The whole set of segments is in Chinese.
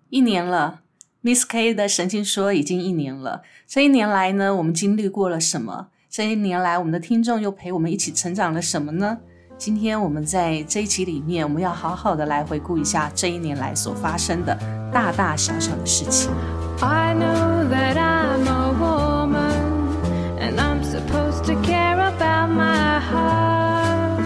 一年了 Miss K 的神经说已经1年了。这1年来呢，我们经历过了什么？这1年来我们的听众又陪我们一起成长了什么呢？今天我们在这一集里面，我们要好好的来回顾一下这1年来所发生的大大小小的事情。 I know that I'm a woman and I'm supposed to care about my heart,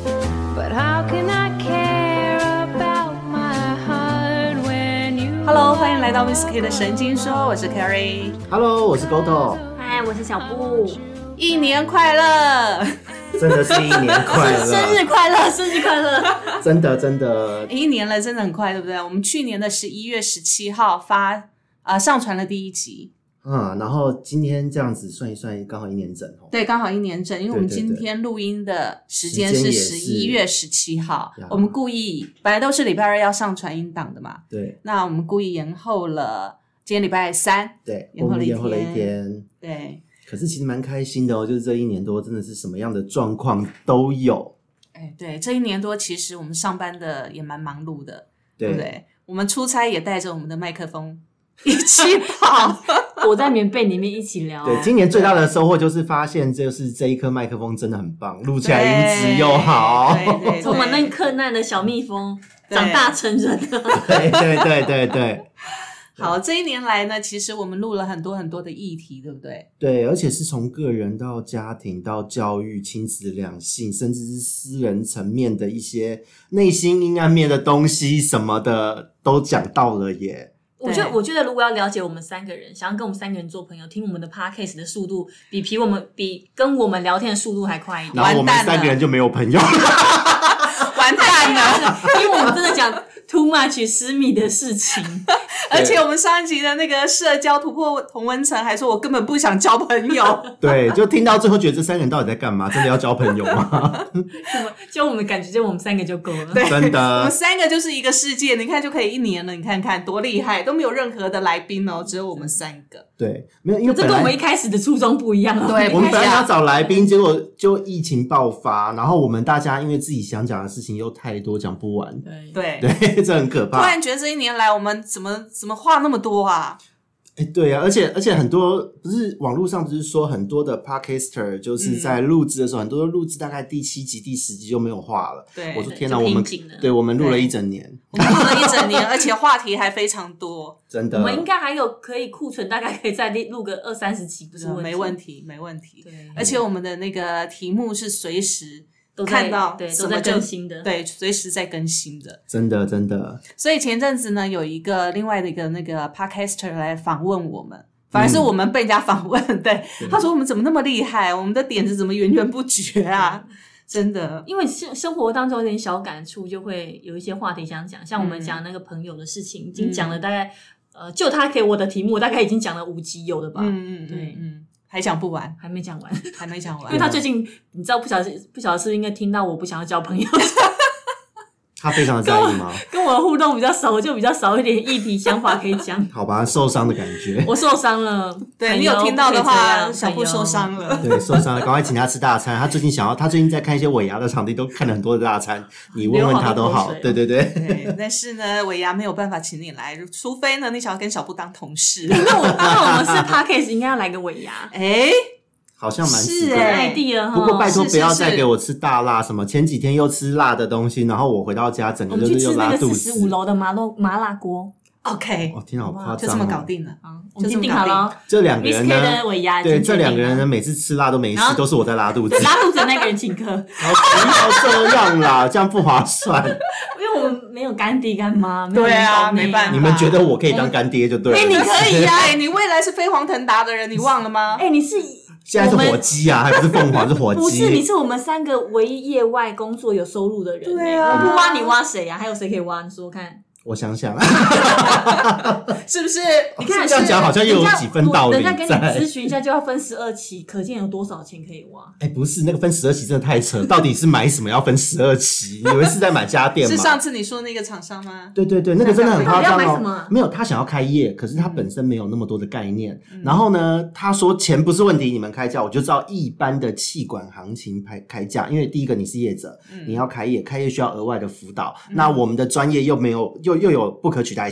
but how can I care about my heart when you Hello， 欢迎来到 Miss K 的神经说，我是 Carrie。 Hello， 我是 Goto。 嗨，我是小布。 1年快乐！ 真的是1年快乐， 生日快乐，生日快乐！ 真的 1年了，真的很快，对不对？我们去年的11月17号上传了第1集。 然后今天这样子算一算，刚好1年整哦。 对，刚好1年整，因为我们今天录音的时间是11月17号，我们故意本来都是礼拜2要上传音档的嘛， 对， 那我们故意延后了，今天礼拜3， 对， 延后了一天， 我们延后了1天， 对。 可是其实蛮开心的哦，就是这1年多真的是什么样的状况都有。 对，这1年多其实我们上班的也蛮忙碌的，对不对？我们出差也带着我们的麦克风一起跑， 躲在棉被里面一起聊。 对，今年最大的收获就是发现，就是这一颗麦克风真的很棒，录起来音质又好。 对， 从我们那克难的小蜜蜂长大成人了。 对。 好，这1年来呢，其实我们录了很多很多的议题，对不对？ 对，而且是从个人到家庭到教育、亲子两性，甚至是私人层面的一些内心阴暗面的东西什么的都讲到了耶。 我觉得如果要了解我们3个人，想要跟我们3个人做朋友，听我们的 podcast 的速度比跟我们聊天的速度还快一点。 然后我们3个人就没有朋友。 完蛋了， 因为我们真的讲 too much 私密的事情。 而且我们上一集的那个社交突破同温层还说我根本不想交朋友。对， 就听到最后觉得这3个人到底在干嘛？真的要交朋友吗？ 就我们感觉就我们3个就够了。 真的， 我们3个就是一个世界，你看就可以1年了，你看看多厉害，都没有任何的来宾哦，只有我们3个。 对，没有，因为这跟我们一开始的初衷不一样了。 对， 我们本来要找来宾，结果就疫情爆发，然后我们大家因为自己想讲的事情又太多，讲不完。 对， 这很可怕。 突然觉得这1年来我们怎么话那么多啊？ 对啊，而且很多不是网络上不是说很多的 podcaster 就是在录制的时候，很多录制大概第7集、第10集就没有话了。 对， 我说天哪，我们录了1整年， 我们录了1整年，而且话题还非常多， 真的。 我们应该还有可以库存，大概可以再录个20-30集，不是问题， 没问题。 对， 而且我们的那个题目是随时看到， 对，都在更新的， 对，随时在更新的， 真的。 所以前阵子呢，有另外的一个那个 podcaster 来访问我们，反而是我们被人家访问，对，他说我们怎么那么厉害，我们的点子怎么源源不绝啊？真的， 因为生活当中有点小感触，就会有一些话题想讲，像我们讲那个朋友的事情，已经讲了大概就他给我的题目，大概已经讲了5集有了吧？对。 还讲不完， 还没讲完，因为他最近你知道不晓得是不是应该听到我不想要交朋友， 他非常的在意吗？ 跟我的互动比较少，我就比较少一点议题想法可以讲。 好吧，受伤的感觉。 我受伤了。 对，你有听到的话，小布受伤了。 对，受伤了，赶快请他吃大餐。他最近在看一些尾牙的场地，都看了很多的大餐，你问问他都好。对。 但是呢，尾牙没有办法请你来，除非呢你想要跟小布当同事。 那我们是 podcast 应该要来个尾牙。 好像蛮是idea。 不过拜托不要再给我吃大辣什么，前几天又吃辣的东西，然后我回到家整个就是又拉肚子。 我们去吃那个45楼的麻辣锅。 OK， 天啊，好夸张， 就这么搞定了。 我们已经定好了。 这2个人呢， Miss K 的尾牙， 对，这2个人呢，每次吃辣都没事，都是我在拉肚子。 拉肚子的那个人请客。 不要这样啦，这样不划算。 因为我们没有干爹干妈。 对啊，没办法。 你们觉得我可以当干爹就对了。 你可以啊，你未来是飞黄腾达的人，你忘了吗？ 你是。 现在是火鸡啊，还不是凤凰，是火鸡。 不是，你是我们3个唯一业外工作有收入的人。 对啊， 我不挖你挖谁啊？还有谁可以挖？你说看。 我想想， 是不是？ 你看这样讲好像又有几分道理在。 人家跟你咨询一下就要分12期，可见有多少钱可以挖？ 不是那个分12期真的太扯，到底是买什么要分12期？你以为是在买家电吗？ 是上次你说那个厂商吗？ 对，那个真的很夸张哦。 没有，他想要开业，可是他本身没有那么多的概念。然后呢，他说钱不是问题，你们开价，我就知道一般的企管行情开价，因为第一个你是业者，你要开业需要额外的辅导，那我们的专业又没有又有不可取代性。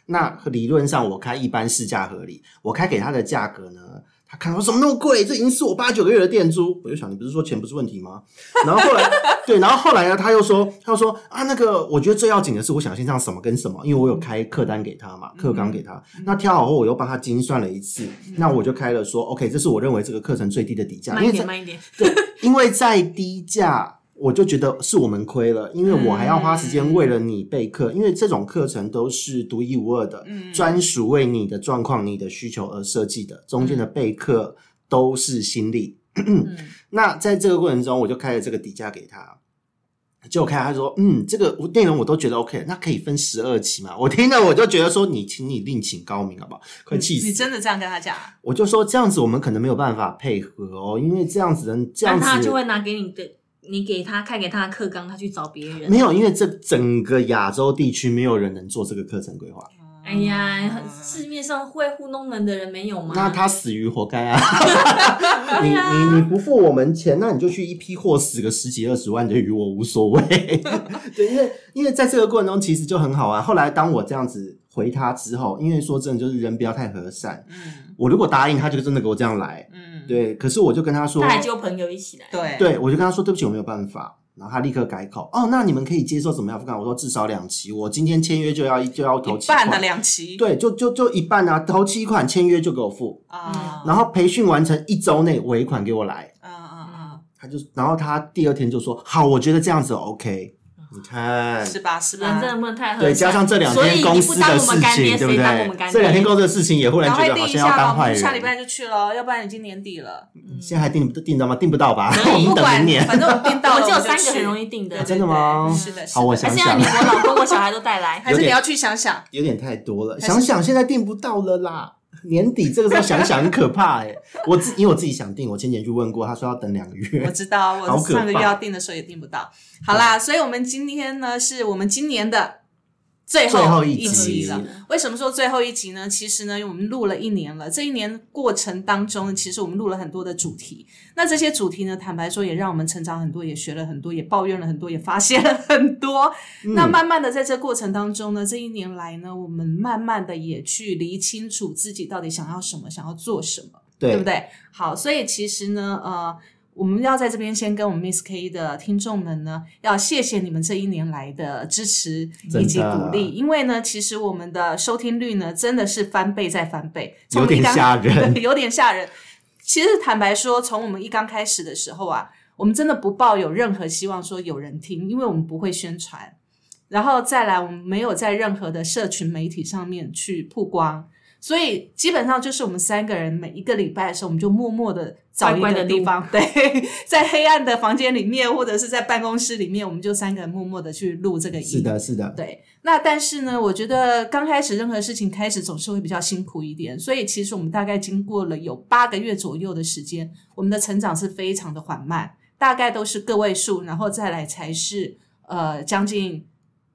那理论上我开一般市价合理，我开给他的价格呢，他看到怎么那么贵，这已经是我8-9个月的店租。我就想，你不是说钱不是问题吗？然后后来对，然后后来呢，他又说啊，那个我觉得最要紧的是我想先上什么跟什么，因为我有开课单给他嘛，课纲给他，那挑好后我又帮他精算了一次，那我就开了说 OK， 这是我认为这个课程最低的底价， 慢一点， 对，因为在低价。我就觉得是我们亏了，因为我还要花时间为了你备课，因为这种课程都是独一无二的，专属为你的状况、你的需求而设计的，中间的备课都是心力。那在这个过程中，我就开了这个底价给他，结果他说，这个内容我都觉得 OK， 那可以分12期嘛？我听了我就觉得说，请你另请高明好不好？快气死！ 你真的这样跟他讲？ 我就说这样子我们可能没有办法配合哦，因为这样子那他就会拿给你的。你给他开给他的课纲，他去找别人。 没有，因为这整个亚洲地区没有人能做这个课程规划。 哎呀，市面上会糊弄人的人没有吗？ 那他死于活该啊！你不付我们钱，那你就去一批货死个10几20万，就与我无所谓。对，因为在这个过程中其实就很好玩。后来当我这样子回他之后，因为说真的，就是人不要太和善。我如果答应他，就真的给我这样来。对。可是我就跟他说， 他还揪朋友一起来。 对，我就跟他说，对不起，我没有办法。然后他立刻改口，那你们可以接受怎么样？我说至少2期，我今天签约就要投期款， 一半的2期， 对，就一半啊，头期款签约就给我付然后培训完成1周内尾款给我来，然后他第2天就说好，我觉得这样子 OK。你看是吧？ 人真的不能太和善。 对，加上这2天公司的事情，对不对？这2天公司的事情也忽然觉得好像要当坏人。 下礼拜就去了，要不然已经年底了。 现在还订到吗？订不到吧？ 我们等明年，反正我订到了， 我只有3个很容易订的。 真的吗？ 是的。 好，我想想。 还是要我老公、我小孩都带来， 还是你要去想想？ 有点太多了，想想现在订不到了啦。年底这个时候想想很可怕因为我自己想订，我前年去问过，他说要等2个月。 我知道，我上个月要订的时候也订不到。好啦，所以我们今天呢是我们今年的最后一集了。为什么说最后一集呢？其实呢，我们录了1年了。这1年过程当中，其实我们录了很多的主题。那这些主题呢，坦白说也让我们成长很多，也学了很多，也抱怨了很多，也发现了很多。那慢慢的在这过程当中呢，这1年来呢，我们慢慢的也去理清楚自己到底想要什么，想要做什么，对不对？好，所以其实呢，我们要在这边先跟我们 Miss K 的听众们呢，要谢谢你们这1年来的支持以及鼓励，因为呢，其实我们的收听率呢，真的是翻倍再翻倍， 有点吓人， 有点吓人。其实坦白说，从我们一刚开始的时候啊，我们真的不抱有任何希望说有人听，因为我们不会宣传，然后再来我们没有在任何的社群媒体上面去曝光。所以基本上就是我们3个人每一个礼拜的时候，我们就默默的找一个地方，对，在黑暗的房间里面，或者是在办公室里面，我们就3个人默默的去录这个音。 是的， 对。那但是呢，我觉得刚开始任何事情开始总是会比较辛苦一点，所以其实我们大概经过了有8个月左右的时间，我们的成长是非常的缓慢，大概都是个位数，然后再来才是将近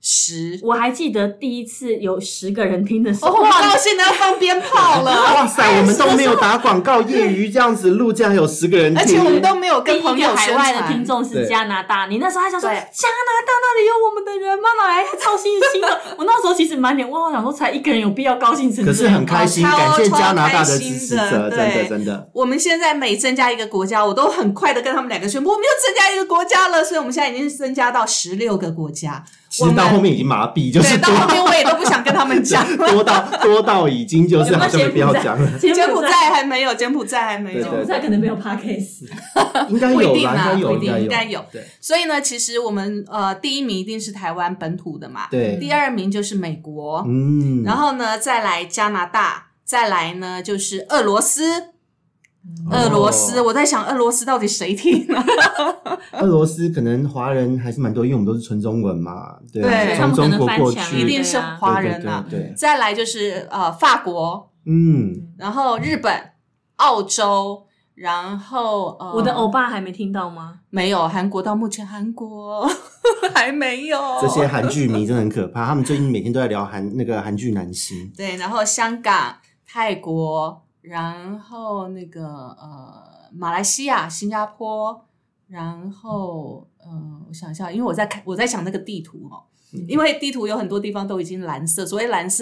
10。 我还记得第一次有10个人听的时候， 哇，到现在要放鞭炮了！ 哇塞，我们都没有打广告，业余这样子录，竟然有10个人听， 而且我们都没有跟朋友海外的听众是加拿大，你那时候还想说加拿大那里有我们的人吗？哪来超新的？我那时候其实满脸问号，想说才1个人有必要高兴成这样？ 可是很开心，感谢加拿大的支持者，真的。 我们现在每增加一个国家，我都很快的跟他们2个宣布，我们又增加一个国家了，所以我们现在已经增加到16个国家。 其实到后面已经麻痹，就是对，到后面我也都不想跟他们讲多到已经就是好像不要讲了。 柬埔寨还没有，柬埔寨可能没有 podcast， 应该有啦， 应该有。所以呢，其实我们第1名一定是台湾本土的嘛， 对。 第2名就是美国，然后呢再来加拿大，再来呢就是俄罗斯。我在想俄罗斯到底谁听呢？ 俄罗斯可能华人还是蛮多，因为我们都是纯中文嘛，对，从中国过去一定是华人啊。 对， 再来就是法国，然后日本、澳洲，然后我的欧巴还没听到吗？ 没有，韩国到目前韩国还没有。 这些韩剧迷真的很可怕，他们最近每天都在聊那个韩剧男星。 对，然后香港、泰国。然后那个马来西亚、新加坡，然后我想一下，因为我在想那个地图因为地图有很多地方都已经蓝色，所谓蓝色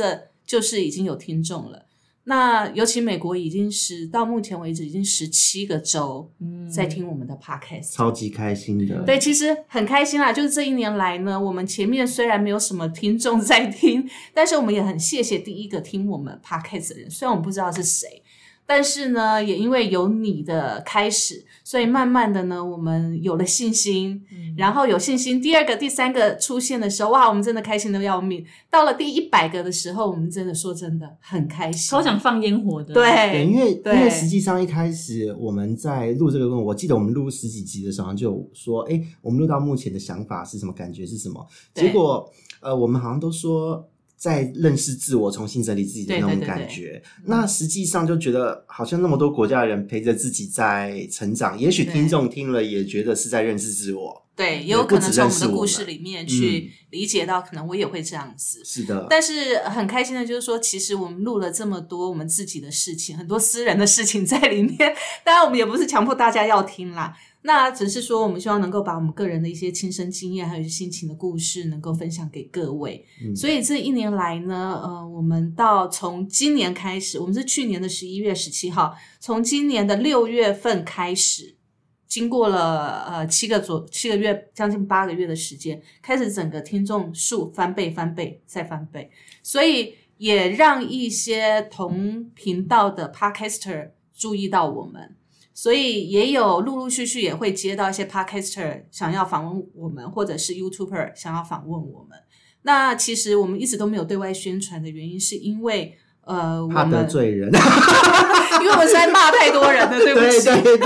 就是已经有听众了。那尤其美国已经到目前为止已经17个州在听我们的 podcast， 超级开心的。 对，其实很开心啦。就是这一年来呢，我们前面虽然没有什么听众在听，但是我们也很谢谢第一个听我们 podcast 的人，虽然我们不知道是谁。但是呢，也因为有你的开始，所以慢慢的呢，我们有了信心，然后有信心，第二个、第三个出现的时候，哇，我们真的开心的要命。到了第100个的时候，我们真的说真的很开心， 超想放烟火的。 对， 因为实际上一开始我们在录这个我记得我们录10几集的时候就有说，我们录到目前的想法是什么，感觉是什么？结果我们好像都说。在认识自我，重新整理自己的那种感觉。对，那实际上就觉得好像那么多国家的人陪着自己在成长，也许听众听了也觉得是在认识自我。 对，也有可能从我们的故事里面去理解到，可能我也会这样子。 是的， 但是很开心的就是说，其实我们录了这么多我们自己的事情，很多私人的事情在里面。当然，我们也不是强迫大家要听啦。那只是说我们希望能够把我们个人的一些亲身经验还有心情的故事能够分享给各位。所以这一年来呢我们从今年开始，我们是去年的11月17号，从今年的6月份开始，经过了7个月将近8个月的时间，开始整个听众数翻倍再翻倍，所以也让一些同频道的 podcaster 注意到我们，所以也有陆陆续续也会接到一些 podcaster 想要访问我们，或者是 YouTuber 想要访问我们。那其实我们一直都没有对外宣传的原因，是因为怕得罪人因为我们实在骂太多人了，对不起。 对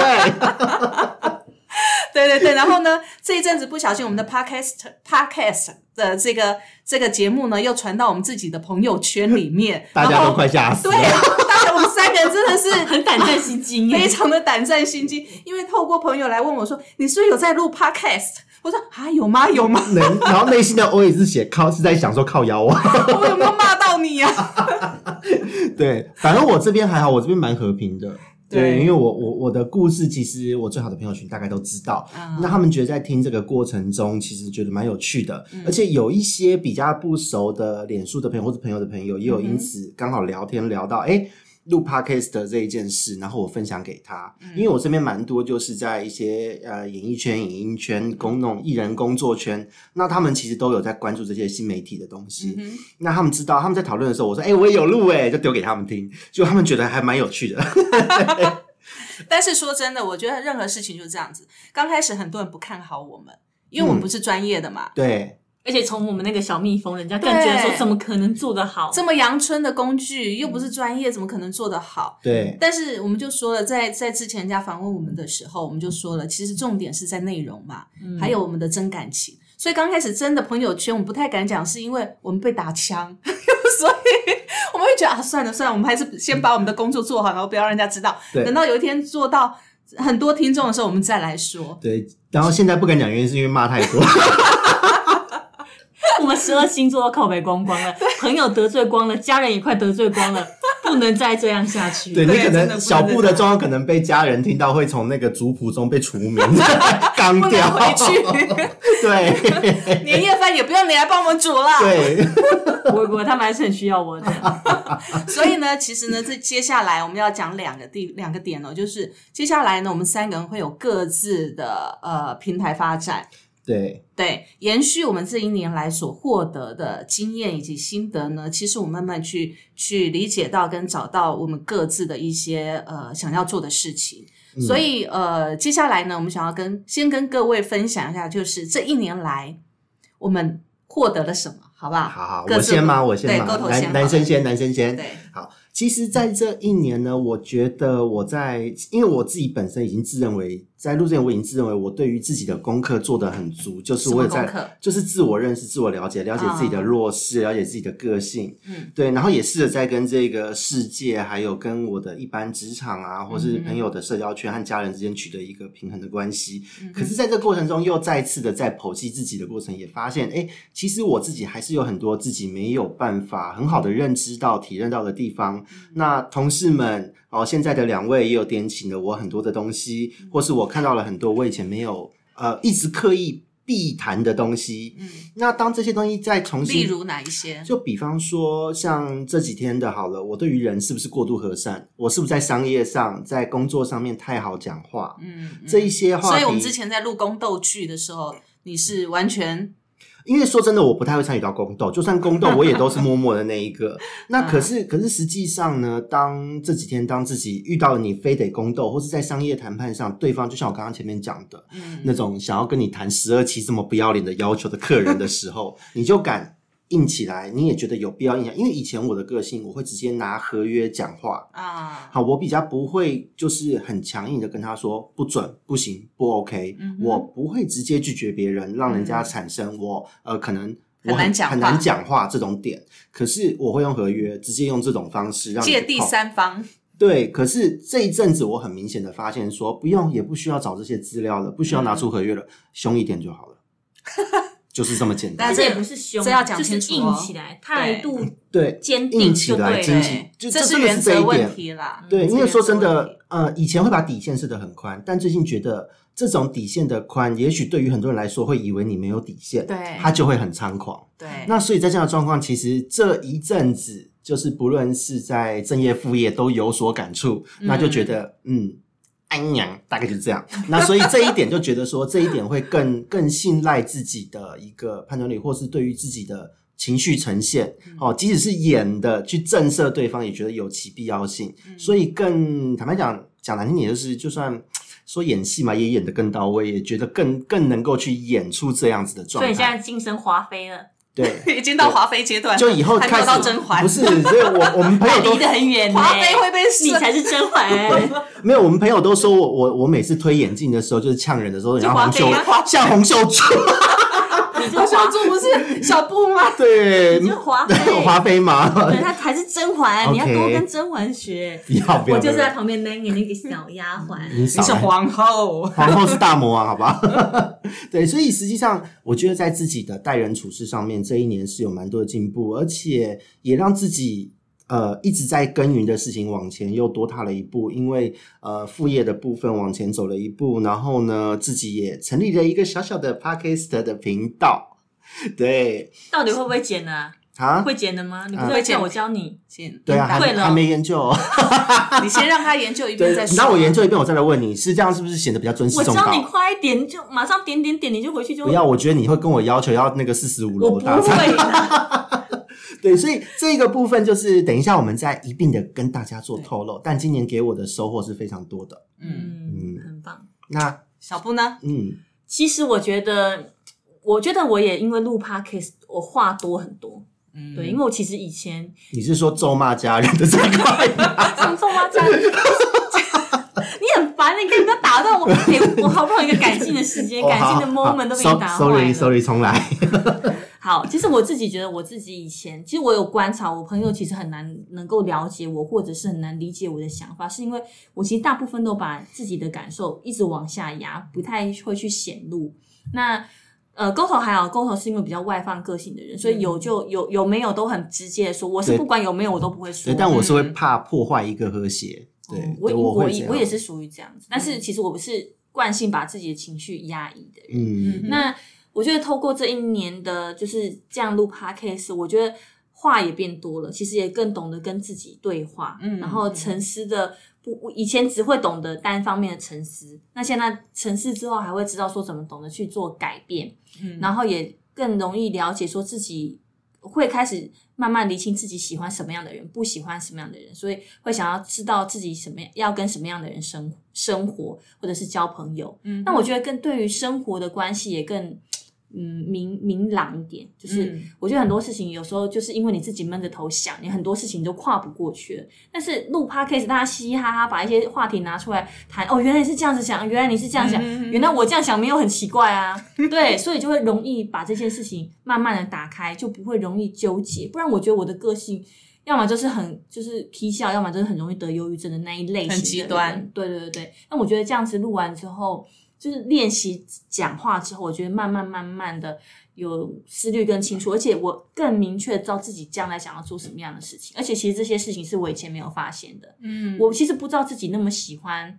对，然后呢，这一阵子不小心我们的 podcast 的这个节目呢，又传到我们自己的朋友圈里面， 大家都快吓死了。 对，我们3个人真的是很胆战心惊， 非常的胆战心惊，因为透过朋友来问我说：“你是不是有在录 podcast？” 我说：“有吗？ 然后内心的 OS 是是在想说靠腰啊， 我有没有骂到你啊？ 对，反正我这边还好，我这边蛮和平的。对，因为我的故事其实我最好的朋友群大概都知道，那他们觉得在听这个过程中其实觉得蛮有趣的，而且有一些比较不熟的脸书的朋友或者朋友的朋友也有因此刚好聊天聊到录 podcast 的这一件事，然后我分享给他，因为我这边蛮多就是在一些演艺圈、影音圈、那种艺人工作圈，那他们其实都有在关注这些新媒体的东西，那他们知道，他们在讨论的时候，我说我也有录就丢给他们听，就他们觉得还蛮有趣的。 但是说真的，我觉得任何事情就是这样子，刚开始很多人不看好我们，因为我们不是专业的嘛， 对。 而且从我们那个小蜜蜂，人家更觉得说怎么可能做得好？ 这么阳春的工具又不是专业，怎么可能做得好？ 对。 但是我们就说了，在之前人家访问我们的时候，我们就说了，其实重点是在内容嘛，还有我们的真感情。所以刚开始真的朋友圈我们不太敢讲，是因为我们被打枪，所以我们会觉得算了，我们还是先把我们的工作做好，然后不要让人家知道。等到有一天做到很多听众的时候，我们再来说。对， 然后现在不敢讲原因是因为骂太多。 我们12星座都靠北光光了，朋友得罪光了，家人也快得罪光了，不能再这样下去。 对，你可能小布的状况可能被家人听到，会从那个族谱中被除名，刚掉回去。 对， 年夜饭也不用你来帮我们煮了。 对， 不会，他们还是很需要我的。 所以呢，其实呢，这接下来我们要讲两个点哦，就是接下来呢，我们3个人会有各自的平台发展。对，延续我们这一年来所获得的经验以及心得呢，其实我们慢慢去理解到跟找到我们各自的一些想要做的事情。所以接下来呢，我们想要先跟各位分享一下，就是这一年来我们获得了什么，好不好？ 好，我先吗？ 对，沟头先， 男生先。 对， 好。其实在这一年呢，我觉得因为我自己本身已经自认为，在录之前我已经自认为我对于自己的功课做得很足，就是我也就是自我认识、自我了解自己的弱势，了解自己的个性，对，然后也试着在跟这个世界，还有跟我的一般职场啊，或是朋友的社交圈和家人之间取得一个平衡的关系。可是在这个过程中，又再次的在剖析自己的过程，也发现，其实我自己还是有很多自己没有办法很好的认知到、体认到的地方。那同事们现在的2位也有点醒了我很多的东西，或是我看到了很多我以前没有一直刻意必谈的东西。那当这些东西再重新， 例如哪一些？ 就比方说像这几天的好了，我对于人是不是过度和善，我是不是在商业上在工作上面太好讲话，这一些话题。 所以我们之前在录宫斗剧的时候，你是完全， 因为说真的我不太会参与到宫斗，就算宫斗我也都是默默的那一个。那可是实际上呢，当这几天当自己遇到了你非得宫斗，或是在商业谈判上对方就像我刚刚前面讲的，那种想要跟你谈12期这么不要脸的要求的客人的时候，你就敢硬起来，你也觉得有必要硬起来。因为以前我的个性我会直接拿合约讲话好，我比较不会就是很强硬的跟他说不准不行不 OK，我不会直接拒绝别人，让人家产生我可能我很难讲话这种点。可是我会用合约直接用这种方式让你借第三方。 对，可是这一阵子我很明显的发现说不用也不需要找这些资料了，不需要拿出合约了，凶一点就好了就是这么简单。 但这也不是凶， 这要讲清楚就是硬起来，态度对坚定硬起来， 这是原则问题啦。 对，因为说真的以前会把底线设得很宽，但最近觉得这种底线的宽也许对于很多人来说会以为你没有底线， 对， 他就会很猖狂。 对， 那所以在这样的状况，其实这一阵子就是不论是在正业副业都有所感触，那就觉得安娘大概就是这样。那所以这一点就觉得说这一点会更信赖自己的一个判断力，或是对于自己的情绪呈现即使是演的去震慑对方也觉得有其必要性。所以更坦白讲难听点，就是就算说演戏嘛也演得更到位，也觉得更能够去演出这样子的状态。 所以现在晋升华妃了。 对， 已经到华妃阶段， 就以后开始还没有到甄嬛， 不是，所以我们朋友都离得很远， 华妃会被你才是甄嬛没有，我们朋友都说我每次推眼镜的时候，就是呛人的时候，像洪秀柱， 你洪秀柱不是小布吗？ 对， 你就华妃， 华妃嘛， 对，他才是甄嬛，你要多跟甄嬛学。 不要， 我就是在旁边那个小丫鬟， 你是皇后， 皇后是大魔王，好吧？对，所以实际上我觉得在自己的待人处事上面，这一年是有蛮多的进步，而且也让自己一直在耕耘的事情往前又多踏了一步，因为副业的部分往前走了一步，然后呢自己也成立了一个小小的 Podcast 的频道。对， 到底会不会剪呢？会剪的吗？你不会剪，我教你剪。 对啊，还没研究你先让他研究一遍再说。 那我研究一遍我再来问你，是这样是不是显得比较尊师重道？ 我教你快一点，就马上点，你就回去就。 不要，我觉得你会跟我要求要那个45楼大餐。 我不会啦对，所以这个部分就是等一下我们再一并的跟大家做透露，但今年给我的收获是非常多的。 很棒。 那小布呢？ 其实我觉得我也因为录 Podcast 我话多很多。对，因为我其实以前你是说咒骂家人的这一块什么咒骂家人你很烦，你可以不要打断我我好不容易一个感性的时间感性的 moment 都被你打坏了。 sorry 重来好，其实我自己觉得我自己以前其实我有观察我朋友其实很难能够了解我，或者是很难理解我的想法，是因为我其实大部分都把自己的感受一直往下压，不太会去显露。那沟头还好，沟头是因为比较外放个性的人，所以有没有都很直接的说，我是不管有没有我都不会说。 对，但我是会怕破坏一个和谐。对， 我也是属于这样子，但是其实我不是惯性把自己的情绪压抑的人。那我觉得透过这一年的就是这样录 podcast， 我觉得话也变多了，其实也更懂得跟自己对话，然后沉思的以前只会懂得单方面的沉思，那现在沉思之后还会知道说怎么懂得去做改变，然后也更容易了解说自己会开始慢慢厘清自己喜欢什么样的人，不喜欢什么样的人，所以会想要知道自己要跟什么样的人生活或者是交朋友。那我觉得更对于生活的关系也更明朗一点，就是我觉得很多事情有时候就是因为你自己闷着头想，你很多事情都跨不过去了。但是录 podcast 大家嘻嘻哈哈把一些话题拿出来谈，原来你是这样子想，原来你是这样想，原来我这样想没有很奇怪啊。对，所以就会容易把这件事情慢慢的打开，就不会容易纠结。不然我觉得我的个性要么就是踢笑，要么就是很容易得忧郁症的那一类型的人， 很极端。 对。那我觉得这样子录完之后，就是练习讲话之后，我觉得慢慢的有思虑更清楚，而且我更明确知道自己将来想要做什么样的事情，而且其实这些事情是我以前没有发现的。我其实不知道自己那么喜欢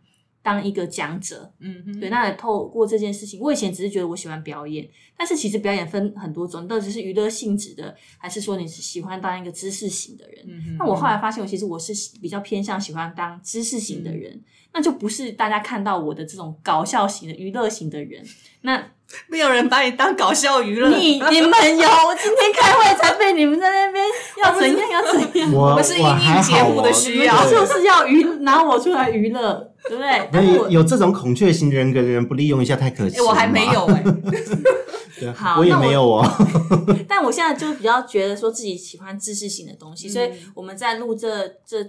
当一个讲者，对，那也透过这件事情，我以前只是觉得我喜欢表演，但是其实表演分很多种，到底是娱乐性质的，还是说你是喜欢当一个知识型的人？那我后来发现，其实我是比较偏向喜欢当知识型的人，那就不是大家看到我的这种搞笑型的娱乐型的人。那没有人把你当搞笑娱乐， 你们有，我今天开会才被你们在那边要怎样要怎样， 我们是因应节目的需要， 就是要拿我出来娱乐，对不对？但是有这种孔雀型的人格的人不利用一下太可惜了。 我还没有好， 我也没有哦。 但我现在就比较觉得说自己喜欢知识型的东西，所以我们在录这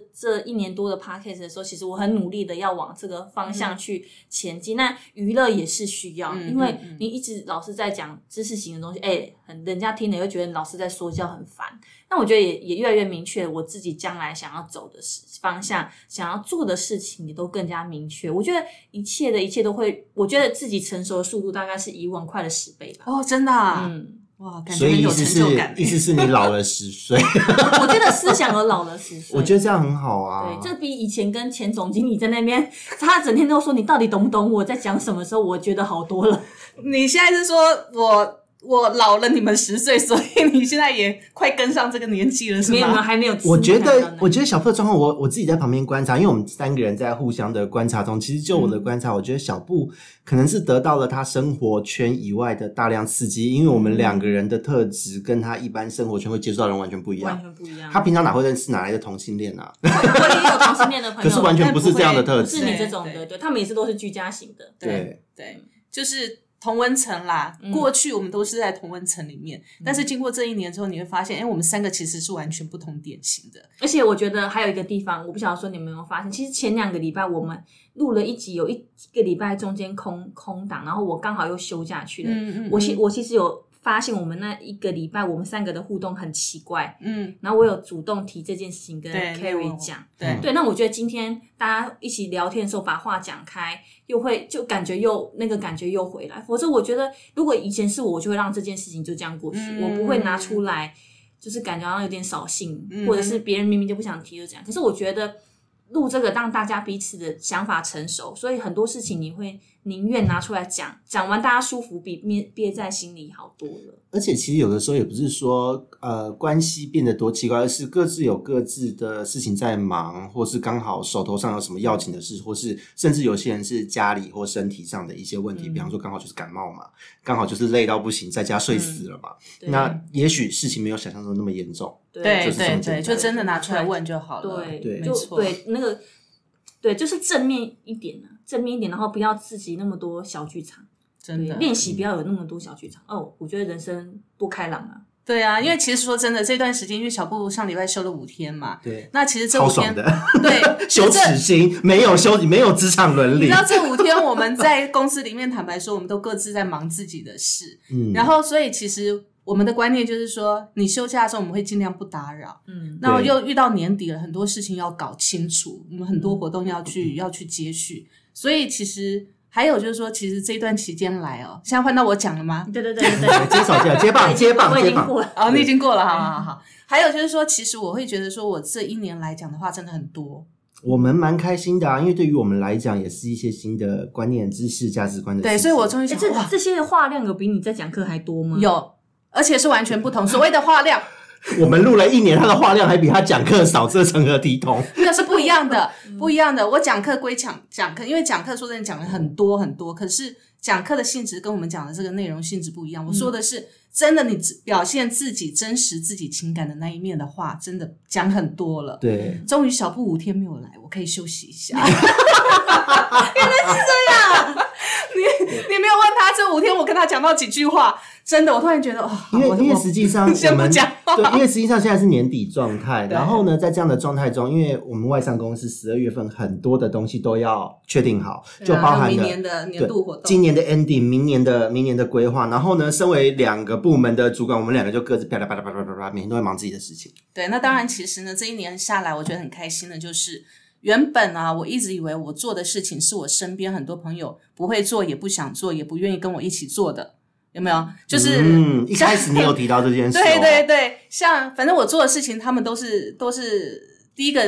1年多的 podcast 的时候，其实我很努力的要往这个方向去前进。那娱乐也是需要，因为你一直老是在讲知识型的东西，人家听了会觉得老师在说教很烦。那我觉得也越来越明确，我自己将来想要走的方向，想要做的事情也都更加明确。我觉得一切都会，我觉得自己成熟的速度大概是以往快了10倍吧。 哦，真的啊？哇，感觉很有成就感。 意思是你老了10岁。 我觉得思想而老了10岁。 我觉得这样很好啊。 对，这比以前跟前总经理在那边，他整天都说你到底懂不懂我在讲什么时候，我觉得好多了。 你现在是说我老了你们10岁，所以你现在也快跟上这个年纪了，是吗？ 没有，还没有。 我觉得小布的状况，我自己在旁边观察，因为我们3个人在互相的观察中，其实就我的观察，我觉得小布可能是得到了他生活圈以外的大量刺激，因为我们2个人的特质跟他一般生活圈会接触到的人完全不一样， 完全不一样。 他平常哪会认识哪来的同性恋啊？ 我也有同性恋的朋友， 可是完全不是这样的特质， 不是你这种的，对，他们也是都是居家型的， 对，就是同温层啦，过去我们都是在同温层里面，但是经过这1年之后，你会发现，我们3个其实是完全不同典型的。 而且我觉得还有一个地方，我不晓得说你们有没有发现，其实前2个礼拜我们录了一集，有1个礼拜中间空档，然后我刚好又休假去了。我其实有发现我们那1个礼拜我们3个的互动很奇怪，然后我有主动提这件事情跟 Carrie 讲，对，那我觉得今天大家一起聊天的时候把话讲开，又会就感觉那个感觉又回来，否则我觉得如果以前是我就会让这件事情就这样过去，我不会拿出来，就是感觉好像有点扫兴，或者是别人明明就不想提就这样。可是我觉得录这个让大家彼此的想法成熟，所以很多事情你会宁愿拿出来讲，讲完大家舒服比憋在心里好多了。 而且其实有的时候也不是说关系变得多奇怪，而是各自有各自的事情在忙，或是刚好手头上有什么要紧的事，或是甚至有些人是家里或身体上的一些问题，比方说刚好就是感冒嘛，刚好就是累到不行，在家睡死了嘛，那也许事情没有想象中那么严重。 对，就真的拿出来问就好了。 对， 没错， 对那个对，就是正面一点，然后不要自己那么多小剧场。 真的练习不要有那么多小剧场我觉得人生多开朗啊。 对啊，因为其实说真的，这段时间因为小布上礼拜休了5天嘛， 对， 那其实这5天超爽的， 对， 羞耻心没有没有职场伦理。 你知道这5天我们在公司里面坦白说，我们都各自在忙自己的事，然后所以其实我们的观念就是说，你休假的时候我们会尽量不打扰，那又遇到年底了，很多事情要搞清楚，我们很多活动要去接续，所以其实。还有就是说，其实这段期间来现在换到我讲了吗？ 对， 接棒， 我已经过了。 你已经过了，好。还有就是说，其实我会觉得说，我这1年来讲的话，真的很多。 我们蛮开心的因为对于我们来讲，也是一些新的观念、知识、价值观的事情。 对，所以我终于想， 这些话量有比你在讲课还多吗？ 有，而且是完全不同。所谓的话量。 我们录了1年，他的话量还比他讲课少，这成何体统？ 那是不一样的，不一样的。我讲课归讲课，因为讲课说真的讲了很多很多，可是讲课的性质跟我们讲的这个内容性质不一样。我说的是真的，你表现自己真实自己情感的那一面的话，真的讲很多了。 对， 终于小布5天没有来，我可以休息一下。原来是这样。你没有问他这5天我跟他讲到几句话，真的我突然觉得因为实际上先不讲话， 对，因为实际上现在是年底状态，然后呢在这样的状态中，因为我们外商公司12月份很多的东西都要确定好，就包含了明年的年度活动， 今年的 ending， 明年的规划，然后呢身为2个部门的主管，我们2个就各自啪啦啪啦啪啦啪啦，每天都在忙自己的事情。 对，那当然其实呢这1年下来我觉得很开心的就是原本我一直以为我做的事情是我身边很多朋友不会做也不想做也不愿意跟我一起做的，有没有？就是一开始你有提到这件事对，像反正我做的事情他们都是第一个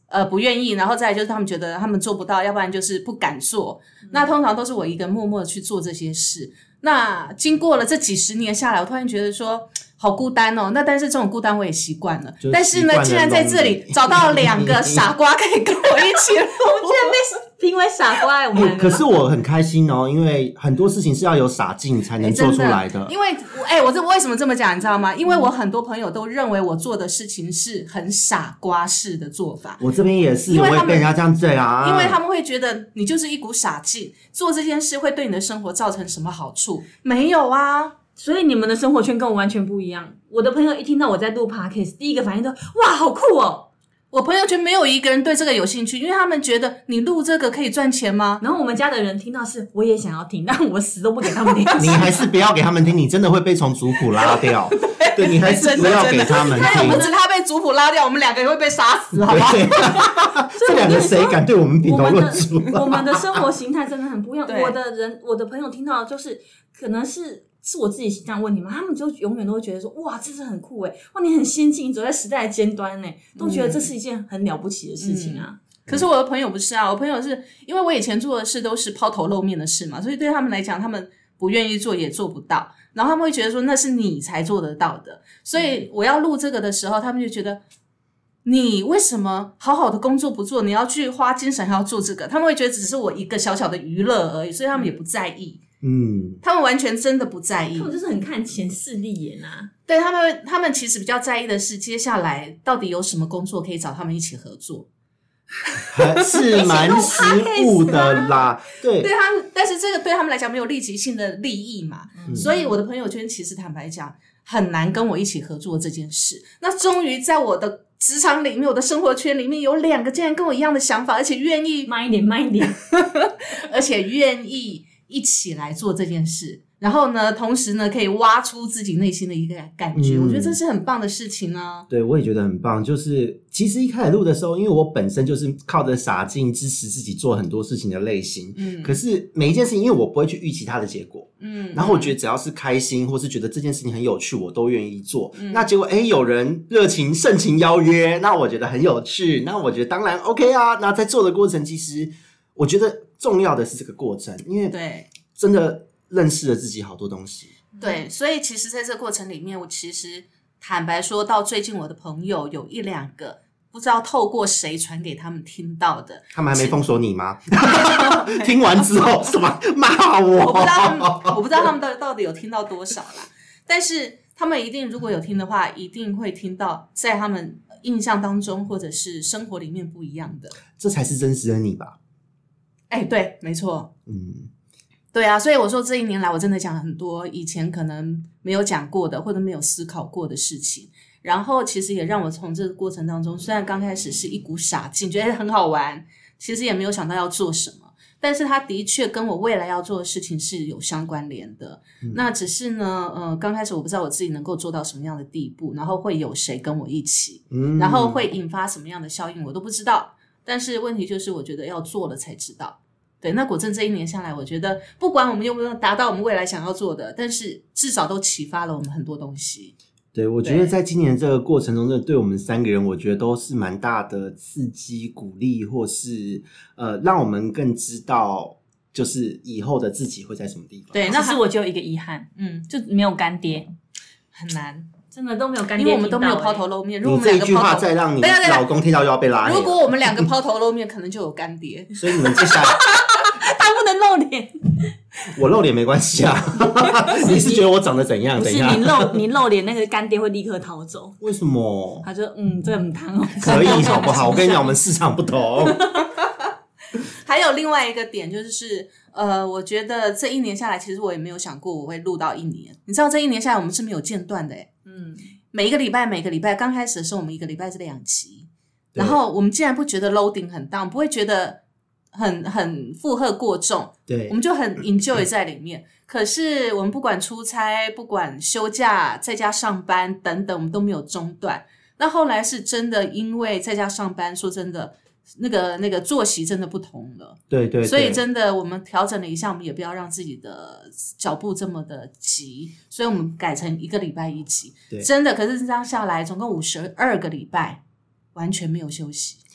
不愿意，然后再来就是他们觉得他们做不到，要不然就是不敢做。那通常都是我一个人默默的去做这些事。那经过了这几十年下来，我突然觉得说好孤单哦。那但是这种孤单我也习惯了。但是呢，竟然在这里找到2个傻瓜可以跟我一起录， 我竟然被评为傻瓜，我们2个。 可是我很开心哦，因为很多事情是要有傻劲才能做出来的。 因为我为什么这么讲，你知道吗？因为我很多朋友都认为我做的事情是很傻瓜式的做法。 我这边也是，我也被人家这样对啊。 因为他们会觉得你就是一股傻劲，做这件事会对你的生活造成什么好处？没有啊。 所以你们的生活圈跟我完全不一样。我的朋友一听到我在录 podcast， 第一个反应都哇好酷哦。 我朋友圈没有一个人对这个有兴趣，因为他们觉得你录这个可以赚钱吗？ 然后我们家的人听到是我也想要听，但我死都不给他们听。 你还是不要给他们听，你真的会被从族谱拉掉。对，你还是不要给他们听。 不止他被族谱拉掉，我们2个也会被杀死，好不好？ 这2个谁敢对我们品头论足？ 我们的生活形态真的很不一样。我的朋友听到的就是可能是我自己形象问题吗？他们就永远都会觉得说，哇，这是很酷诶，哇，你很先进，你走在时代的尖端诶，都觉得这是一件很了不起的事情啊。 可是我的朋友不是啊，我朋友是因为我以前做的事都是抛头露面的事嘛，所以对他们来讲，他们不愿意做也做不到，然后他们会觉得说那是你才做得到的，所以我要录这个的时候，他们就觉得你为什么好好的工作不做，你要去花精神还要做这个，他们会觉得只是我一个小小的娱乐而已，所以他们也不在意。他们完全真的不在意， 他们就是很看钱势利眼啊。 对，他们其实比较在意的是接下来到底有什么工作可以找他们一起合作， 还是蛮实务的啦。对他们，但是这个对他们来讲没有立即性的利益嘛，所以我的朋友圈其实坦白讲很难跟我一起合作这件事。那终于在我的职场里面，我的生活圈里面有2个竟然跟我一样的想法，而且愿意慢一点而且愿意一起来做这件事，然后呢同时呢可以挖出自己内心的一个感觉，我觉得这是很棒的事情啊。 对，我也觉得很棒。就是其实一开始录的时候，因为我本身就是靠着傻劲支持自己做很多事情的类型，可是每一件事情因为我不会去预期它的结果，然后我觉得只要是开心或是觉得这件事情很有趣，我都愿意做。那结果有人热情盛情邀约，那我觉得很有趣，那我觉得当然 OK 啊。那在做的过程，其实我觉得重要的是这个过程，因为对真的认识了自己好多东西。 对，所以其实在这个过程里面，我其实坦白说到最近我的朋友有1-2个不知道透过谁传给他们听到的。 他们还没封锁你吗？听完之后什么骂我？ 我不知道他们到底有听到多少啦，但是他们一定如果有听的话，一定会听到在他们印象当中或者是生活里面不一样的。 这才是真实的你吧。 对，没错。对啊，所以我说这1年来我真的讲了很多以前可能没有讲过的或者没有思考过的事情，然后其实也让我从这个过程当中，虽然刚开始是一股傻劲，觉得很好玩，其实也没有想到要做什么，但是它的确跟我未来要做的事情是有相关联的。那只是呢刚开始我不知道我自己能够做到什么样的地步，然后会有谁跟我一起，然后会引发什么样的效应我都不知道，但是问题就是我觉得要做了才知道。对，那果真这1年下来，我觉得不管我们有没有达到我们未来想要做的，但是至少都启发了我们很多东西。 对，我觉得在今年这个过程中，对我们3个人，我觉得都是蛮大的刺激、鼓励，或是让我们更知道，就是以后的自己会在什么地方。 对，那是我就有一个遗憾，就没有干爹， 很难。 真的都没有干爹， 因为我们都没有抛头露面。如果我们你这一句话再让你老公听到又要被拉黑。 如果我们2个抛头露面，可能就有干爹。 所以你们接下来他不能露脸， 我露脸没关系啊。你是觉得我长得怎样？ 不是你露脸，那个干爹会立刻逃走。 为什么？ 他就这个很烫哦。 可以好不好？我跟你讲，我们市场不同。 还有另外一个点就是我觉得这1年下来，其实我也没有想过我会录到1年。你知道这1年下来我们是没有间断的每一个礼拜刚开始的时候我们1个礼拜是2集，然后我们竟然不觉得 loading 很大，我们不会觉得很负荷过重， 对， 我们就很 enjoy 在里面。可是我们不管出差，不管休假，在家上班等等，我们都没有中断。那后来是真的因为在家上班，说真的那个作息真的不同了， 对， 所以真的我们调整了一下，我们也不要让自己的脚步这么的急，所以我们改成1个礼拜1集，真的。可是这样下来总共52个礼拜完全没有休息。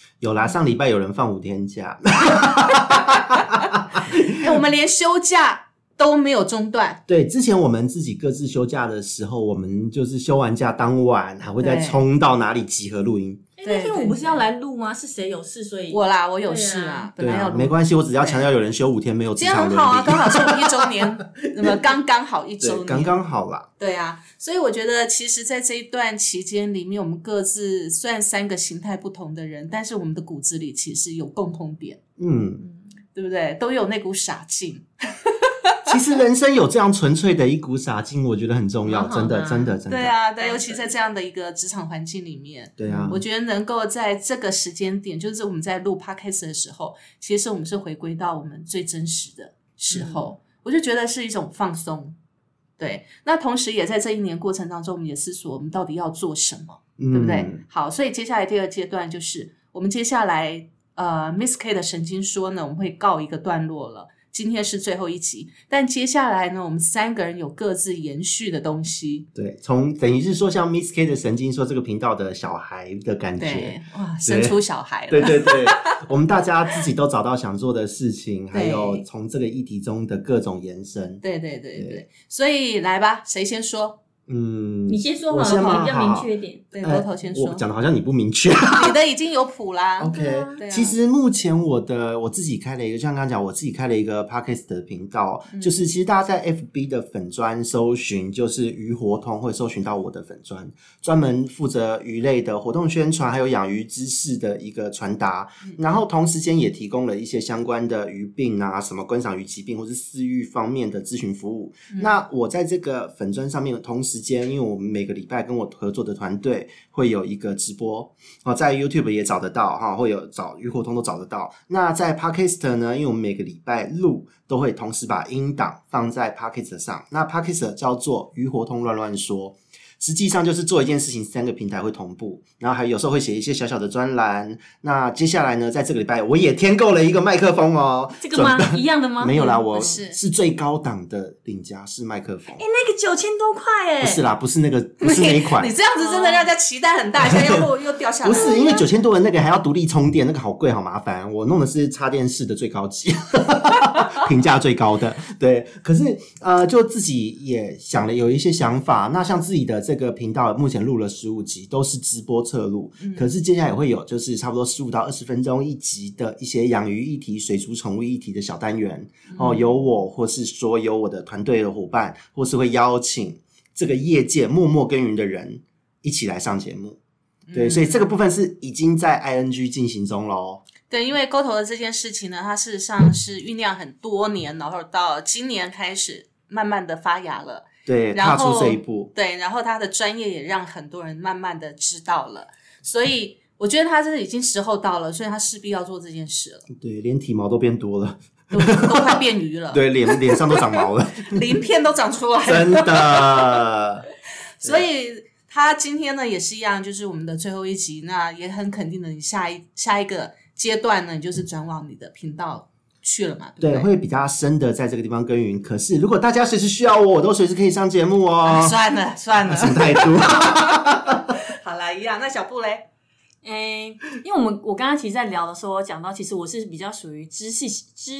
有啦，上礼拜有人放5天假。 我们连休假都没有中断。 对，之前我们自己各自休假的时候，我们就是休完假当晚还会再冲到哪里集合录音。 那天我不是要来录吗？是谁有事？所以我有事啊，本来要录。 没关系，我只要强调有人休5天没有职场伦理。 今天很好啊，刚好是我们1周年，那么刚好1周年， 刚刚好啦。 对啊，所以我觉得其实在这一段期间里面，我们各自虽然3个形态不同的人，但是我们的骨子里其实有共同点，对不对？都有那股傻劲。 其实人生有这样纯粹的一股傻劲，我觉得很重要，真的。 对啊，对，尤其在这样的一个职场环境里面， 对啊， 我觉得能够在这个时间点，就是我们在录 podcast 的时候，其实我们是回归到我们最真实的时候，我就觉得是一种放松。对，那同时也在这1年过程当中，我们也思索我们到底要做什么，对不对？好，所以接下来第2阶段就是我们接下来Miss K 的神经说呢，我们会告一个段落了。今天是最后一集，但接下来呢，我们3个人有各自延续的东西。 对，从等于是说像 Miss K 的神经说这个频道的小孩的感觉， 对，哇，生出小孩了。 对，我们大家自己都找到想做的事情，还有从这个议题中的各种延伸。 对，所以来吧，谁先说？ 你先说好了，比较明确一点。 对，头头先说。 我讲的好像你不明确。 你的已经有谱啦。 OK， 对啊， 其实目前我自己开了一个，像刚刚讲，我自己开了一个 Podcast 的频道，就是其实大家在 FB 的粉专搜寻，就是鱼活通会搜寻到我的粉专，专门负责鱼类的活动宣传，还有养鱼知识的一个传达。然后同时间也提供了一些相关的鱼病啊，什么观赏鱼疾病或是饲育方面的咨询服务。那我在这个粉专上面，同时间，因为我们每个礼拜跟我合作的团队会有一个直播，在 YouTube 也找得到，会有找鱼活通都找得到。那在 Podcast 呢，因为我们每个礼拜录都会同时把音档放在 Podcast 上，那 Podcast 叫做鱼活通乱乱说，实际上就是做一件事情3个平台会同步，然后还有时候会写一些小小的专栏。那接下来呢，在这个礼拜我也添购了一个麦克风哦。 这个吗？一样的吗？ 没有啦，我是最高档的领夹式麦克风。 那个9000多块耶。 不是啦，不是那个，不是那一款。 你这样子真的让人家期待很大，现在又掉下来。 不是，因为9000多的那个还要独立充电，那个好贵好麻烦。我弄的是插电式的最高级，评价最高的。对，可是就自己也想了有一些想法。那像自己的这个频道目前录了15集，都是直播侧录，可是接下来也会有就是差不多15到20分钟一集的一些养鱼议题、水族宠物议题的小单元。有我或是说有我的团队的伙伴，或是会邀请这个业界默默耕耘的人一起来上节目。对，所以这个部分是已经在 ING 进行中咯。 对，因为沟头的这件事情呢，它事实上是酝酿很多年，然后到今年开始慢慢的发芽了。 对，踏出这一步。 对，然后他的专业也让很多人慢慢的知道了，所以我觉得他这已经时候到了，所以他势必要做这件事了。 对，连体毛都变多了， 都快变鱼了。 对，脸上都长毛了， 鳞片都长出来了， 真的。 所以他今天呢也是一样，就是我们的最后一集，那也很肯定的，你下一个阶段呢，你就是转往你的频道去了嘛，对不对？ 对，会比较深的在这个地方耕耘。可是如果大家随时需要我都随时可以上节目哦。 算了， 什么态度？ 好啦，一样。那小布嘞？ 因为我刚刚其实在聊的时候，我讲到其实我是比较属于知识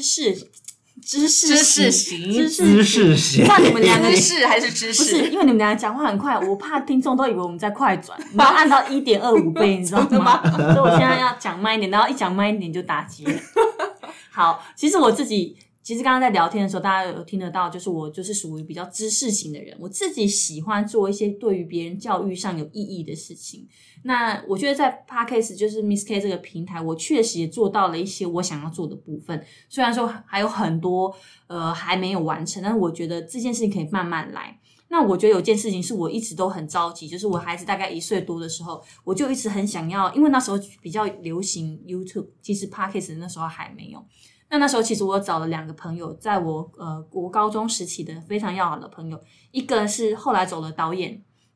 型。那你们两个知识还是知识？ 不是，因为你们两个讲话很快，我怕听众都以为我们在快转，你要按到 1.25 倍，你知道吗？所以我现在要讲慢一点，然后一讲慢一点就打结了。好，其实我自己刚刚在聊天的时候，大家有听得到，就是我就是属于比较知识型的人，我自己喜欢做一些对于别人教育上有意义的事情。那我觉得在 Podcast 就是 Miss K 这个平台，我确实也做到了一些我想要做的部分，虽然说还有很多还没有完成，但是我觉得这件事情可以慢慢来。那我觉得有件事情是我一直都很着急，就是我孩子大概1岁多的时候，我就一直很想要，因为那时候比较流行 YouTube， 其实 Podcast 那时候还没有。那时候其实我找了2个朋友，在我国高中时期的非常要好的朋友，一个是后来走了导演，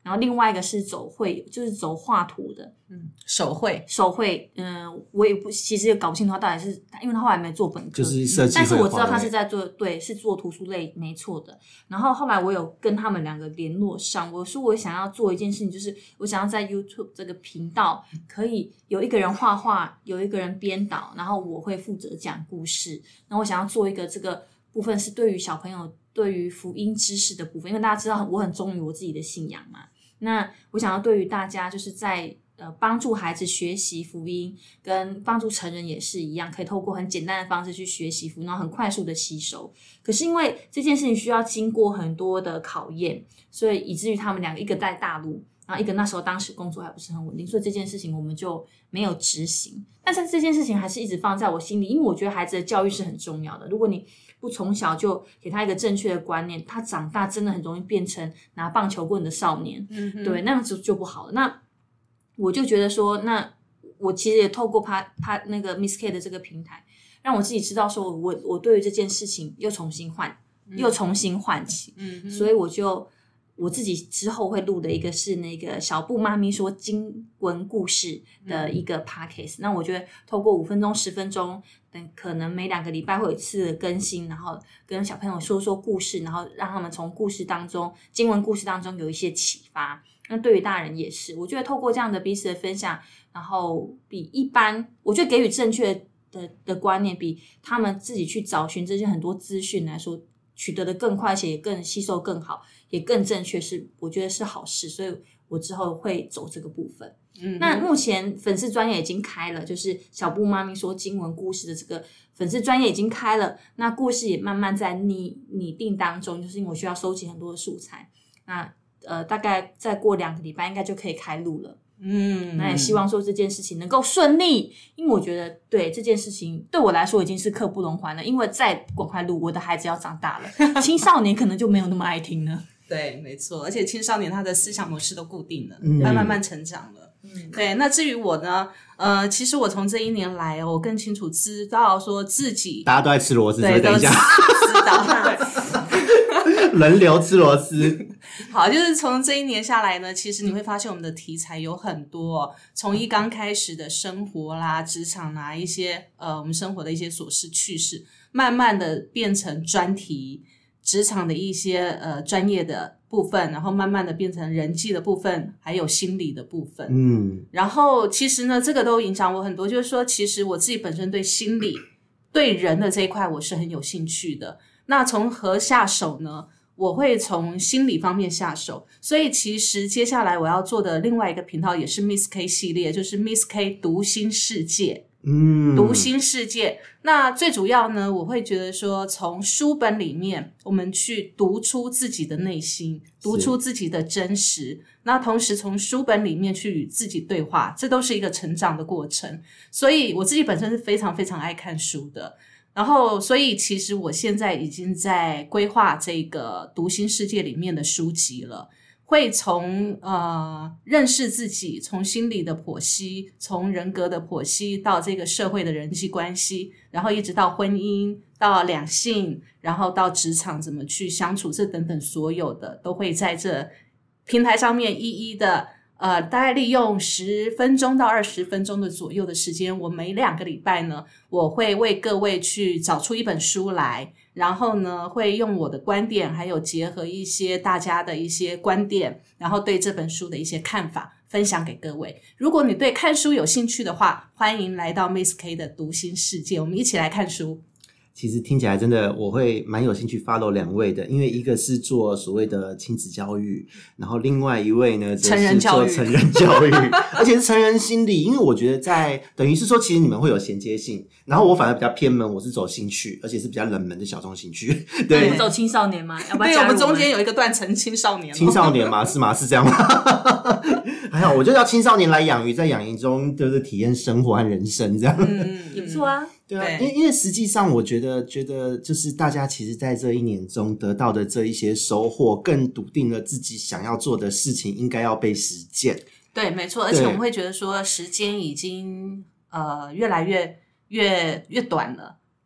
然后另外一个是走绘，就是走画图的， 手绘， 我也其实也搞不清楚他到底是，因为他后来没做本科， 就是设计但是我知道绘画他是在做，对，是做图书类，没错的。然后后来我有跟他们两个联络上，我说我想要做一件事情，就是我想要在 YouTube 这个频道可以有一个人画画，有一个人编导，然后我会负责讲故事。那我想要做一个这个部分是对于小朋友对于福音知识的部分，因为大家知道我很忠于我自己的信仰嘛。那我想要对于大家就是在帮助孩子学习福音，跟帮助成人也是一样，可以透过很简单的方式去学习福音，然后很快速的吸收。可是因为这件事情需要经过很多的考验，所以以至于他们两个一个在大陆，然后一个那时候当时工作还不是很稳定，所以这件事情我们就没有执行。但是这件事情还是一直放在我心里，因为我觉得孩子的教育是很重要的。如果你不从小就给他一个正确的观念，他长大真的很容易变成拿棒球棍的少年，对，那样子就不好了。那我就觉得说，那我其实也透过那个 Miss K 的这个平台，让我自己知道说我对于这件事情又重新唤起，所以我自己之后会录的一个是那个小布妈咪说经文故事的一个 podcast，那我觉得透过5分钟10分钟，可能每2个礼拜会有一次的更新，然后跟小朋友说说故事，然后让他们从故事当中经文故事当中有一些启发。那对于大人也是，我觉得透过这样的彼此的分享，然后比一般我觉得给予正确的观念，比他们自己去找寻这些很多资讯来说取得的更快，而且也更吸收更好，也更正确，是我觉得是好事，所以我之后会走这个部分。那目前粉丝专页已经开了，就是小布妈咪说经文故事的这个粉丝专页已经开了，那故事也慢慢在拟定当中，就是因为我需要收集很多的素材，那大概再过2个礼拜应该就可以开录了。那也希望说这件事情能够顺利，因为我觉得对这件事情对我来说已经是刻不容缓了，因为再赶快录，我的孩子要长大了，青少年可能就没有那么爱听了。 对，没错，而且青少年他的思想模式都固定了，慢慢成长了。对，那至于我呢，其实我从这1年来，我更清楚知道说自己， 大家都在吃螺丝， 对， 等一下， 知道， 轮流吃螺丝。 好，就是从这1年下来呢，其实你会发现我们的题材有很多，从一刚开始的生活啦、职场啦一些我们生活的一些琐事趣事，慢慢的变成专题，职场的一些专业的部分，然后慢慢的变成人际的部分，还有心理的部分。然后其实呢，这个都影响我很多，就是说其实我自己本身对心理对人的这一块我是很有兴趣的。那从何下手呢？我会从心理方面下手，所以其实接下来我要做的另外一个频道也是 Miss K 系列，就是 Miss K 读心世界。读心世界，那最主要呢，我会觉得说从书本里面我们去读出自己的内心，读出自己的真实，那同时从书本里面去与自己对话，这都是一个成长的过程。所以我自己本身是非常非常爱看书的，然后所以其实我现在已经在规划这个读心世界里面的书籍了，会从认识自己，从心理的剖析，从人格的剖析，到这个社会的人际关系，然后一直到婚姻，到两性，然后到职场怎么去相处，这等等所有的都会在这平台上面一一的大概利用10分钟到20分钟的左右的时间，我每2个礼拜呢，我会为各位去找出一本书来，然后呢会用我的观点，还有结合一些大家的一些观点，然后对这本书的一些看法分享给各位。如果你对看书有兴趣的话，欢迎来到 Miss K 的读心世界，我们一起来看书。 其实听起来真的我会蛮有兴趣 follow 2位的，因为一个是做所谓的亲子教育，然后另外一位呢则是做成人教育而且是成人心理，因为我觉得在等于是说其实你们会有衔接性，然后我反而比较偏门，我是走兴趣，而且是比较冷门的小众兴趣。对， 你走青少年吗？要不要对，我们中间有一个断层青少年。 青少年吗？是吗？是这样吗？还好，我就要青少年来养鱼，在养鱼中就是体验生活和人生这样。 也不错啊。 对啊，因为实际上我觉得就是大家其实在这1年中得到的这一些收获，更笃定了自己想要做的事情应该要被实践。 对，没错，而且我们会觉得说时间已经越来越短了。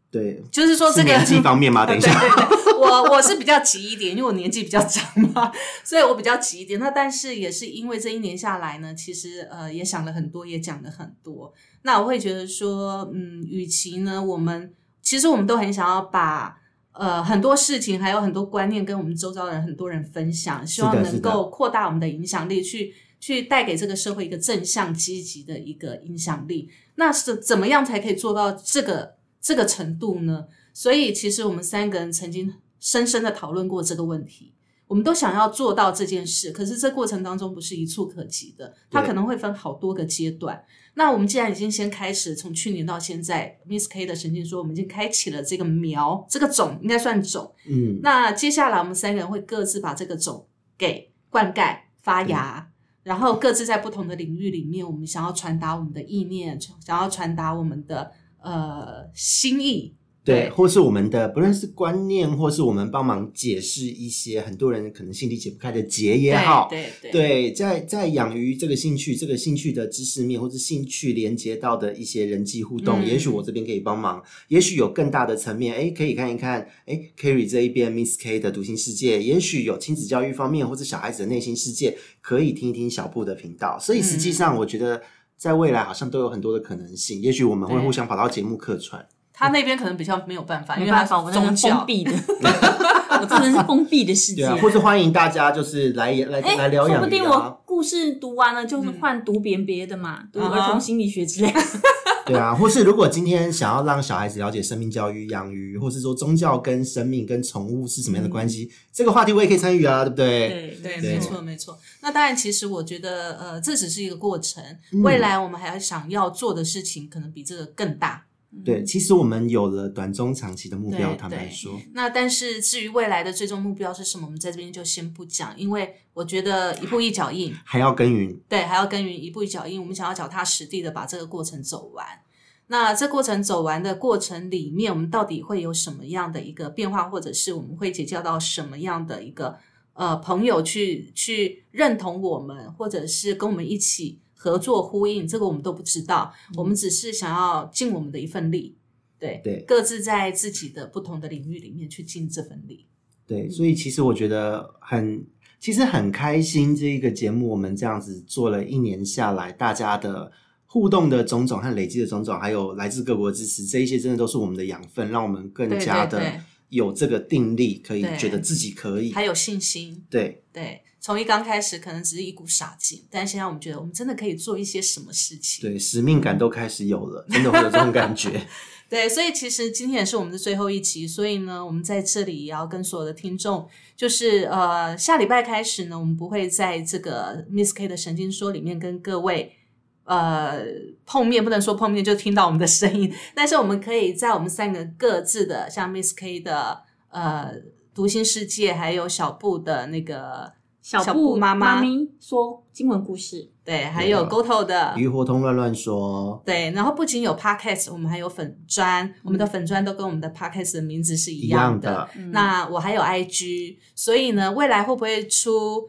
对， 就是说这个是年纪方面吗？等一下， 对，我是比较急一点，因为我年纪比较长嘛，所以我比较急一点。那但是也是因为这一年下来呢，其实也想了很多，也讲了很多。那我会觉得说，与其呢，其实我们都很想要把很多事情还有很多观念跟我们周遭的人很多人分享，希望能够扩大我们的影响力，去带给这个社会一个正向积极的一个影响力。那是怎么样才可以做到这个程度呢？所以其实我们3个人曾经深深的讨论过这个问题，我们都想要做到这件事，可是这过程当中不是一触可及的，它可能会分好多个阶段。那我们既然已经先开始，从去年到现在 Miss K 的神经说我们已经开启了这个苗，这个种应该算种，那接下来我们3个人会各自把这个种给灌溉发芽，然后各自在不同的领域里面，我们想要传达我们的意念，想要传达我们的心意， 对，或是我们的不论是观念，或是我们帮忙解释一些很多人可能心里解不开的结也好，对，在养鱼这个兴趣的知识面，或是兴趣连接到的一些人际互动，也许我这边可以帮忙，也许有更大的层面，可以看一看Kerry 这一边 Miss K 的读心世界，也许有亲子教育方面或是小孩子的内心世界，可以听一听小布的频道。所以实际上我觉得在未来好像都有很多的可能性，也许我们会互相跑到节目客串。 他那边可能比较没有办法， 因为他我那是封闭的，我真的是封闭的世界。 对啊，或是欢迎大家就是来聊养鱼啊。 说不定我故事读完了，就是换读别的嘛，读儿童心理学之类的。 对啊，或是如果今天想要让小孩子了解生命教育、养鱼，或是说宗教跟生命跟宠物是什么样的关系，这个话题我也可以参与啊，对不对？ 对，没错。那当然，其实我觉得这只是一个过程，未来我们还要想要做的事情，可能比这个更大。 对，其实我们有了短中长期的目标，坦白说。 那但是至于未来的最终目标是什么，我们在这边就先不讲，因为我觉得一步一脚印， 还要耕耘。 对，还要耕耘，一步一脚印。我们想要脚踏实地的把这个过程走完。那这过程走完的过程里面，我们到底会有什么样的一个变化，或者是我们会结交到什么样的一个朋友去认同我们，或者是跟我们一起合作呼应，这个我们都不知道，我们只是想要尽我们的一份力，对，各自在自己的不同的领域里面去尽这份力。 对，所以其实我觉得其实很开心，这一个节目我们这样子做了1年下来，大家的互动的种种和累积的种种，还有来自各国的支持，这一些真的都是我们的养分，让我们更加的有这个定力，可以觉得自己可以， 还有信心。对，从一刚开始可能只是一股傻劲，但现在我们觉得我们真的可以做一些什么事情。 对，使命感都开始有了，真的会有这种感觉。 对，所以其实今天也是我们的最后一期，所以呢，我们在这里也要跟所有的听众，就是下礼拜开始呢，我们不会在这个 Miss K 的神经说里面跟各位碰面，不能说碰面就听到我们的声音，但是我们可以在我们3个各自的，像 Miss K 的读心世界，还有小布的那个小布妈咪说经文故事， 对，还有 GoTo 的鱼活通乱说， 对，然后不仅有 Podcast， 我们还有粉专，我们的粉专都跟我们的 Podcast 的名字是一样的。那我还有 IG， 所以呢，未来会不会出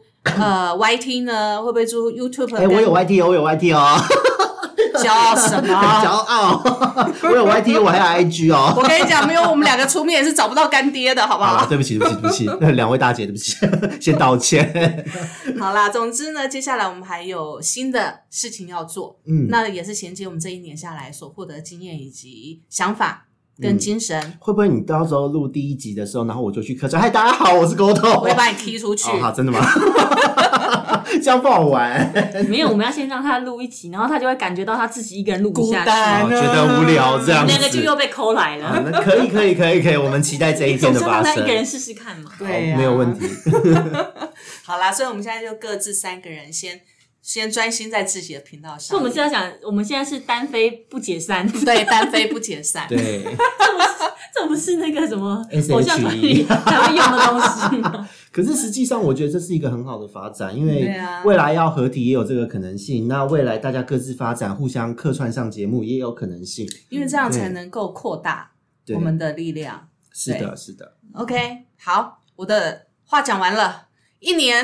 YT 呢？会不会出 YouTube？ 我有 YT 哦，我有 YT 哦。 骄傲什么？ 骄傲！我有 YT， 我还有 IG 哦。 我跟你讲，没有我们2个出面也是找不到干爹的，好不好？ 对不起，2位大姐，对不起，先道歉。 好啦，总之呢，接下来我们还有新的事情要做，那也是衔接我们这1年下来所获得的经验以及想法跟精神。 会不会你到时候录第1集的时候，然后我就去客串？嗨，大家好，我是GoTo， 我会把你踢出去。 好，真的吗？这样不好玩。 没有，我们要先让他录1集，然后他就会感觉到他自己一个人录不下去， 觉得无聊这样子， 那个就又被抠来了。 那可以，我们期待这一天的发生。 总是让他一个人试试看嘛。 对， 没有问题。 好啦，所以我们现在就各自3个人先专心在自己的频道上。 所以我们是要讲，我们现在是单飞不解散。 对，单飞不解散。 对， 这不是那个什么偶像团体才会用的东西吗？ 可是实际上我觉得这是一个很好的发展，因为未来要合体也有这个可能性，那未来大家各自发展互相客串上节目也有可能性， 因为这样才能够扩大我们的力量。 是的 OK， 好，我的话讲完了。1年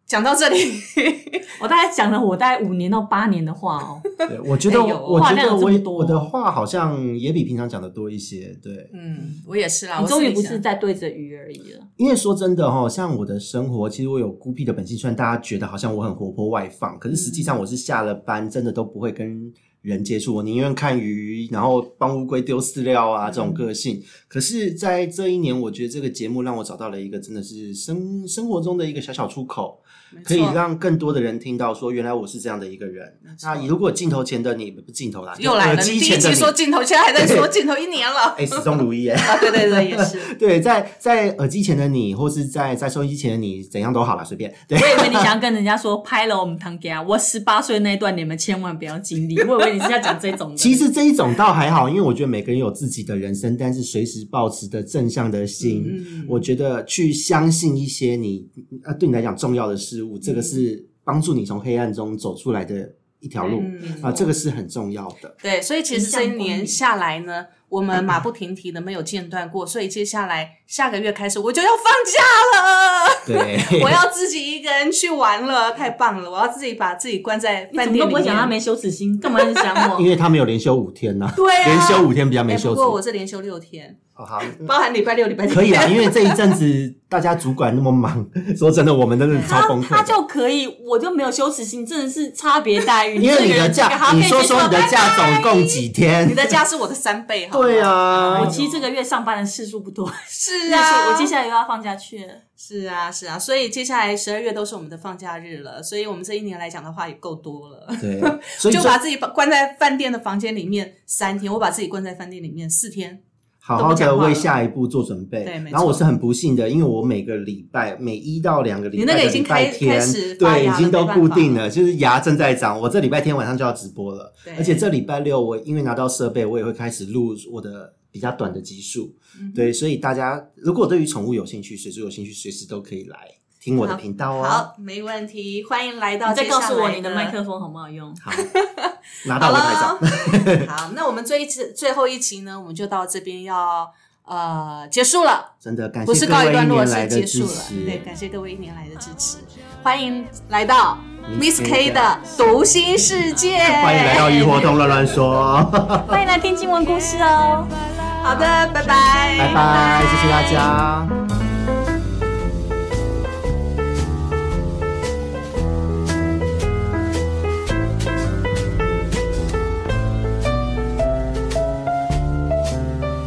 讲到这里， 我大概讲了我大概5年到8年的话哦。 对，我觉得话量有这么多我的话好像也比平常讲的多一些。对， 我也是啦。 你终于不是在对着鱼而已了。 因为说真的像我的生活，其实我有孤僻的本性，虽然大家觉得好像我很活泼外放，可是实际上我是下了班真的都不会跟人接触，我宁愿看鱼，然后帮乌龟丢饲料啊，这种个性。可是在这一年，我觉得这个节目让我找到了一个真的是生活中的一个小小出口，可以让更多的人听到说原来我是这样的一个人。那如果镜头前的你，不是镜头啦， 又来了，你第一集说镜头，现在还在说镜头1年了。 始终如一耶。 对对对，也是。 对，在耳机前的你，或是在收音机前的你，怎样都好啦，随便。对， 我以为你想要跟人家说拍了我们堂家，我18岁那一段你们千万不要经历。我以为你是要讲这种的。 其实这一种倒还好，因为我觉得每个人有自己的人生，但是随时抱持的正向的心，我觉得去相信一些你对你来讲重要的事物，这个是帮助你从黑暗中走出来的一条路这个是很重要的。 对，所以其实这一年下来呢，我们马不停蹄的没有间断过，所以接下来下个月开始我就要放假了。 对， 我要自己一个人去玩了，太棒了！我要自己把自己关在饭店里面。你怎么都不会讲他没羞耻心，干嘛一直想我？ 因为他没有连休5天啊。 对啊， 连休5天比较没羞耻。 不过我是连休6天。 好， 包含礼拜6、礼拜天。 可以啦，因为这一阵子大家主管那么忙，说真的，我们真的超崩溃。 他就可以，我就没有羞耻心，真的是差别待遇。 因为你的假，你说你的假总共几天？ 你的假是我的3倍，好吗？ 对啊， 我其实这个月上班的次数不多。 是啊， 我接下来又要放假去了。 是啊，是啊，所以接下来12月都是我们的放假日了，所以我们这一年来讲的话也够多了。 对，所以就把自己关在饭店的房间里面3天，我把自己关在饭店里面4天。 好好的为下一步做准备。 对， 然后我是很不幸的，因为我每个礼拜每1到2个礼拜的礼拜天， 你那个已经开始对，已经都固定了，就是牙正在长。我这礼拜天晚上就要直播了，而且这礼拜6我因为拿到设备，我也会开始录我的比较短的集数。对，所以大家如果对于宠物有兴趣，水族有兴趣，随时都可以来听我的频道哦。 好，没问题，欢迎来到接下来。你再告诉我你的麦克风好不好用？ 好，拿到我拍照。 好，那我们最后一期呢，我们就到这边要结束了。 真的感谢不是告一段落，是结束了。 对， 感谢各位1年来的支持，欢迎来到 Miss K 的读心世界， 欢迎来到鱼活通乱乱说， 欢迎来听经文故事哦。 好的，拜拜， 拜拜，谢谢大家。